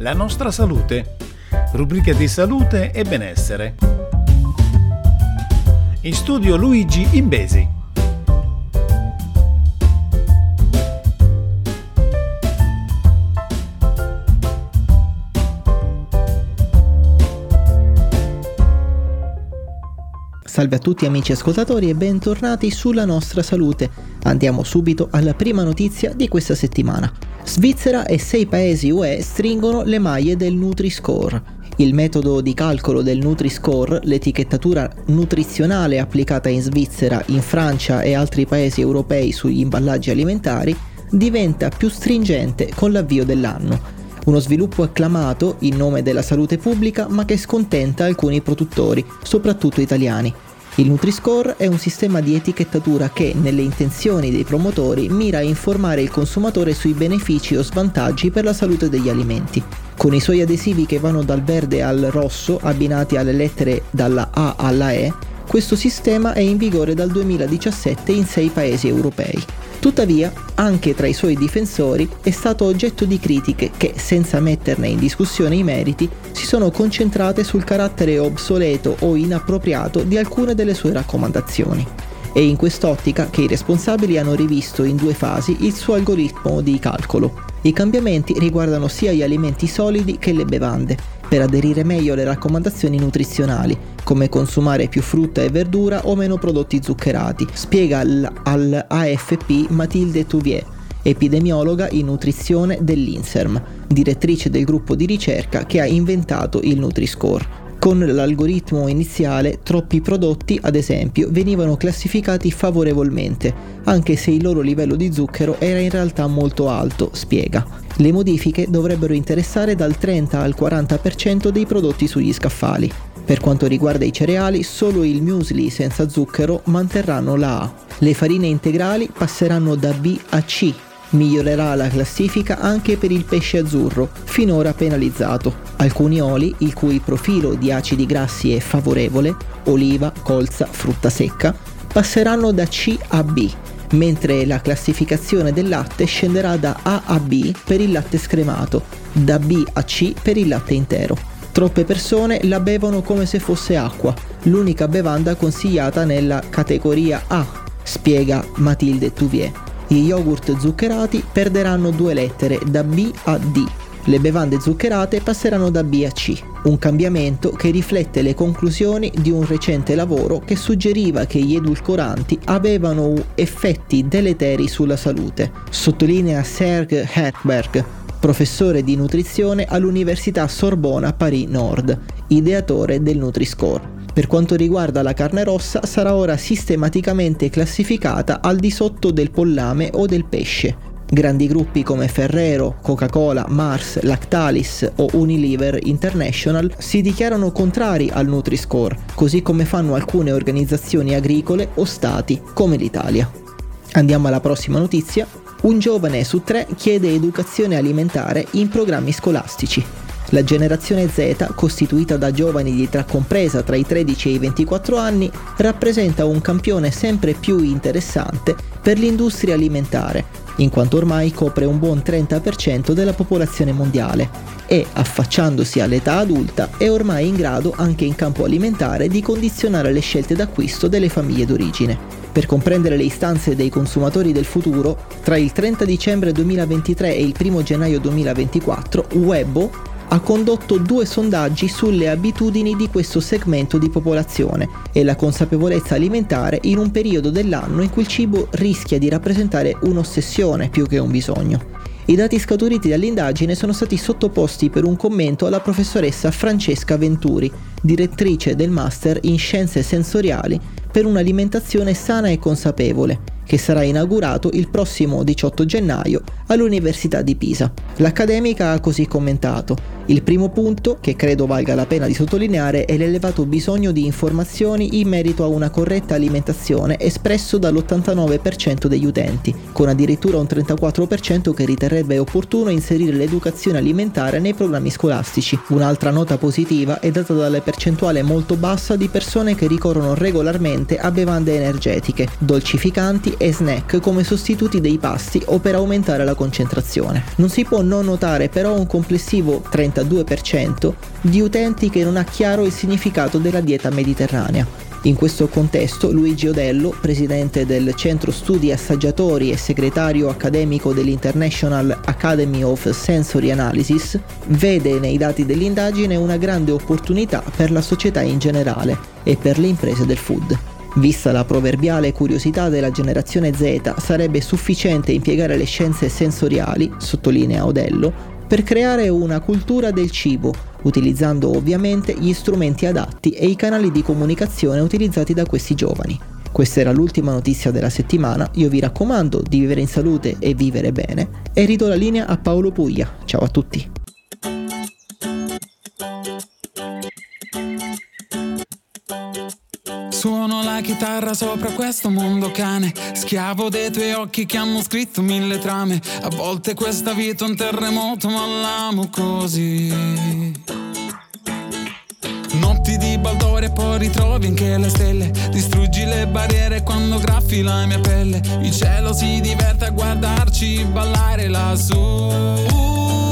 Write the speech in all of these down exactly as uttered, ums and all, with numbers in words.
La nostra salute, rubrica di salute e benessere. In studio Luigi Imbesi. Salve a tutti amici ascoltatori e bentornati sulla nostra salute. Andiamo subito alla prima notizia di questa settimana. Svizzera e sei paesi U E stringono le maglie del Nutri-Score. Il metodo di calcolo del Nutri-Score, l'etichettatura nutrizionale applicata in Svizzera, in Francia e altri paesi europei sugli imballaggi alimentari, diventa più stringente con l'avvio dell'anno. Uno sviluppo acclamato in nome della salute pubblica, ma che scontenta alcuni produttori, soprattutto italiani. Il Nutri-Score è un sistema di etichettatura che, nelle intenzioni dei promotori, mira a informare il consumatore sui benefici o svantaggi per la salute degli alimenti. Con i suoi adesivi che vanno dal verde al rosso, abbinati alle lettere dalla A alla E, questo sistema è in vigore dal duemiladiciassette in sei paesi europei. Tuttavia, anche tra i suoi difensori è stato oggetto di critiche che, senza metterne in discussione i meriti, si sono concentrate sul carattere obsoleto o inappropriato di alcune delle sue raccomandazioni. È in quest'ottica che i responsabili hanno rivisto in due fasi il suo algoritmo di calcolo. I cambiamenti riguardano sia gli alimenti solidi che le bevande, per aderire meglio alle raccomandazioni nutrizionali, come consumare più frutta e verdura o meno prodotti zuccherati, spiega al, al A F P Mathilde Touvier, epidemiologa in nutrizione dell'Inserm, direttrice del gruppo di ricerca che ha inventato il Nutri-Score. Con l'algoritmo iniziale, troppi prodotti, ad esempio, venivano classificati favorevolmente, anche se il loro livello di zucchero era in realtà molto alto, spiega. Le modifiche dovrebbero interessare dal trenta al quaranta per cento dei prodotti sugli scaffali. Per quanto riguarda i cereali, solo il muesli senza zucchero manterranno la A. Le farine integrali passeranno da B a C. Migliorerà la classifica anche per il pesce azzurro, finora penalizzato. Alcuni oli, il cui profilo di acidi grassi è favorevole, oliva, colza, frutta secca, passeranno da C a B, mentre la classificazione del latte scenderà da A a B per il latte scremato, da B a C per il latte intero. Troppe persone la bevono come se fosse acqua, l'unica bevanda consigliata nella categoria A, spiega Mathilde Touvier. Gli yogurt zuccherati perderanno due lettere, da B a D. Le bevande zuccherate passeranno da B a C, un cambiamento che riflette le conclusioni di un recente lavoro che suggeriva che gli edulcoranti avevano effetti deleteri sulla salute, sottolinea Serge Herberg, professore di nutrizione all'Università Sorbona Paris Nord, ideatore del Nutri-Score. Per quanto riguarda la carne rossa, sarà ora sistematicamente classificata al di sotto del pollame o del pesce. Grandi gruppi come Ferrero, Coca-Cola, Mars, Lactalis o Unilever International si dichiarano contrari al Nutri-Score, così come fanno alcune organizzazioni agricole o stati, come l'Italia. Andiamo alla prossima notizia. Un giovane su tre chiede educazione alimentare in programmi scolastici. La generazione Z, costituita da giovani di età compresa tra i tredici e i ventiquattro anni, rappresenta un campione sempre più interessante per l'industria alimentare, in quanto ormai copre un buon trenta per cento della popolazione mondiale e, affacciandosi all'età adulta, è ormai in grado anche in campo alimentare di condizionare le scelte d'acquisto delle famiglie d'origine. Per comprendere le istanze dei consumatori del futuro, tra il trenta dicembre duemilaventitré e il primo gennaio duemilaventiquattro, Webbo ha condotto due sondaggi sulle abitudini di questo segmento di popolazione e la consapevolezza alimentare in un periodo dell'anno in cui il cibo rischia di rappresentare un'ossessione più che un bisogno. I dati scaturiti dall'indagine sono stati sottoposti per un commento alla professoressa Francesca Venturi, direttrice del Master in Scienze Sensoriali per un'alimentazione sana e consapevole, che sarà inaugurato il prossimo diciotto gennaio all'Università di Pisa. L'accademica ha così commentato: Il primo punto, che credo valga la pena di sottolineare, è l'elevato bisogno di informazioni in merito a una corretta alimentazione espresso dall'ottantanove per cento degli utenti, con addirittura un trentaquattro per cento che riterrebbe opportuno inserire l'educazione alimentare nei programmi scolastici. Un'altra nota positiva è data dalla percentuale molto bassa di persone che ricorrono regolarmente a bevande energetiche, dolcificanti e snack come sostituti dei pasti o per aumentare la concentrazione. Non si può non notare però un complessivo trentadue per cento di utenti che non ha chiaro il significato della dieta mediterranea. In questo contesto Luigi Odello, presidente del Centro Studi Assaggiatori e segretario accademico dell'International Academy of Sensory Analysis, vede nei dati dell'indagine una grande opportunità per la società in generale e per le imprese del food. Vista la proverbiale curiosità della generazione Z, sarebbe sufficiente impiegare le scienze sensoriali, sottolinea Odello, per creare una cultura del cibo, utilizzando ovviamente gli strumenti adatti e i canali di comunicazione utilizzati da questi giovani. Questa era l'ultima notizia della settimana, io vi raccomando di vivere in salute e vivere bene e ridò la linea a Paolo Puglia. Ciao a tutti! Suono la chitarra sopra questo mondo cane, schiavo dei tuoi occhi che hanno scritto mille trame. A volte questa vita è un terremoto ma l'amo così. Notti di Baldore e poi ritrovi anche le stelle. Distruggi le barriere quando graffi la mia pelle. Il cielo si diverte a guardarci ballare lassù.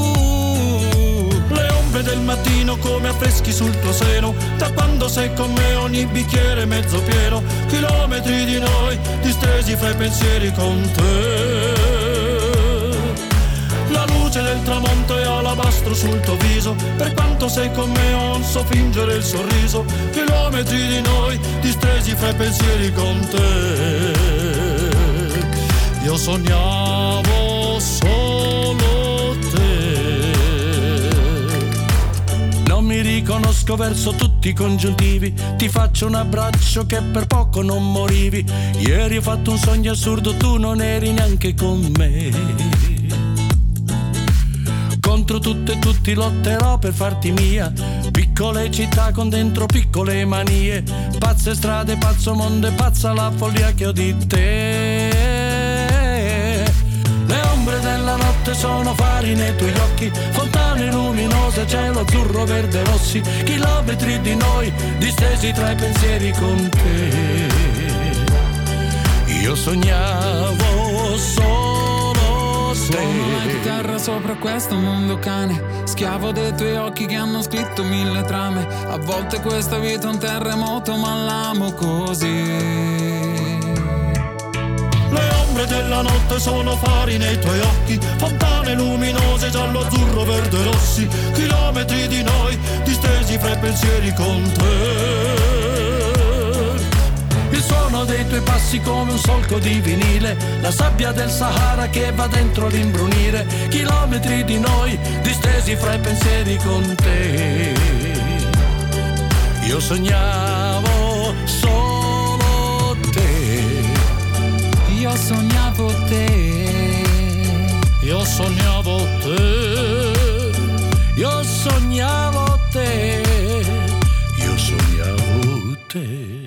Del mattino come affreschi sul tuo seno, da quando sei con me ogni bicchiere è mezzo pieno, chilometri di noi distesi fra i pensieri con te. La luce del tramonto è alabastro sul tuo viso, per quanto sei con me non so fingere il sorriso, chilometri di noi distesi fra i pensieri con te. Io sognavo solo te. Non mi riconosco verso tutti i congiuntivi, ti faccio un abbraccio che per poco non morivi. Ieri ho fatto un sogno assurdo, tu non eri neanche con me. Contro tutto e tutti lotterò per farti mia, piccole città con dentro piccole manie, pazze strade, pazzo mondo e pazza la follia che ho di te. Le ombre della notte sono fari nei tuoi occhi, fontane luminose, cielo azzurro, verde, rossi, chilometri di noi distesi tra i pensieri con te. Io sognavo solo te. Suono la chitarra sopra questo mondo cane, schiavo dei tuoi occhi che hanno scritto mille trame. A volte questa vita è un terremoto ma l'amo così. Le ombre della notte sono fari nei tuoi occhi, fontane luminose, giallo, azzurro, verde, rossi, chilometri di noi distesi fra i pensieri con te. Il suono dei tuoi passi come un solco di vinile, la sabbia del Sahara che va dentro l'imbrunire, chilometri di noi distesi fra i pensieri con te. Io sognavo solo te. Io sognavo te. Io sognavo te. Io sognavo te. Io sognavo te.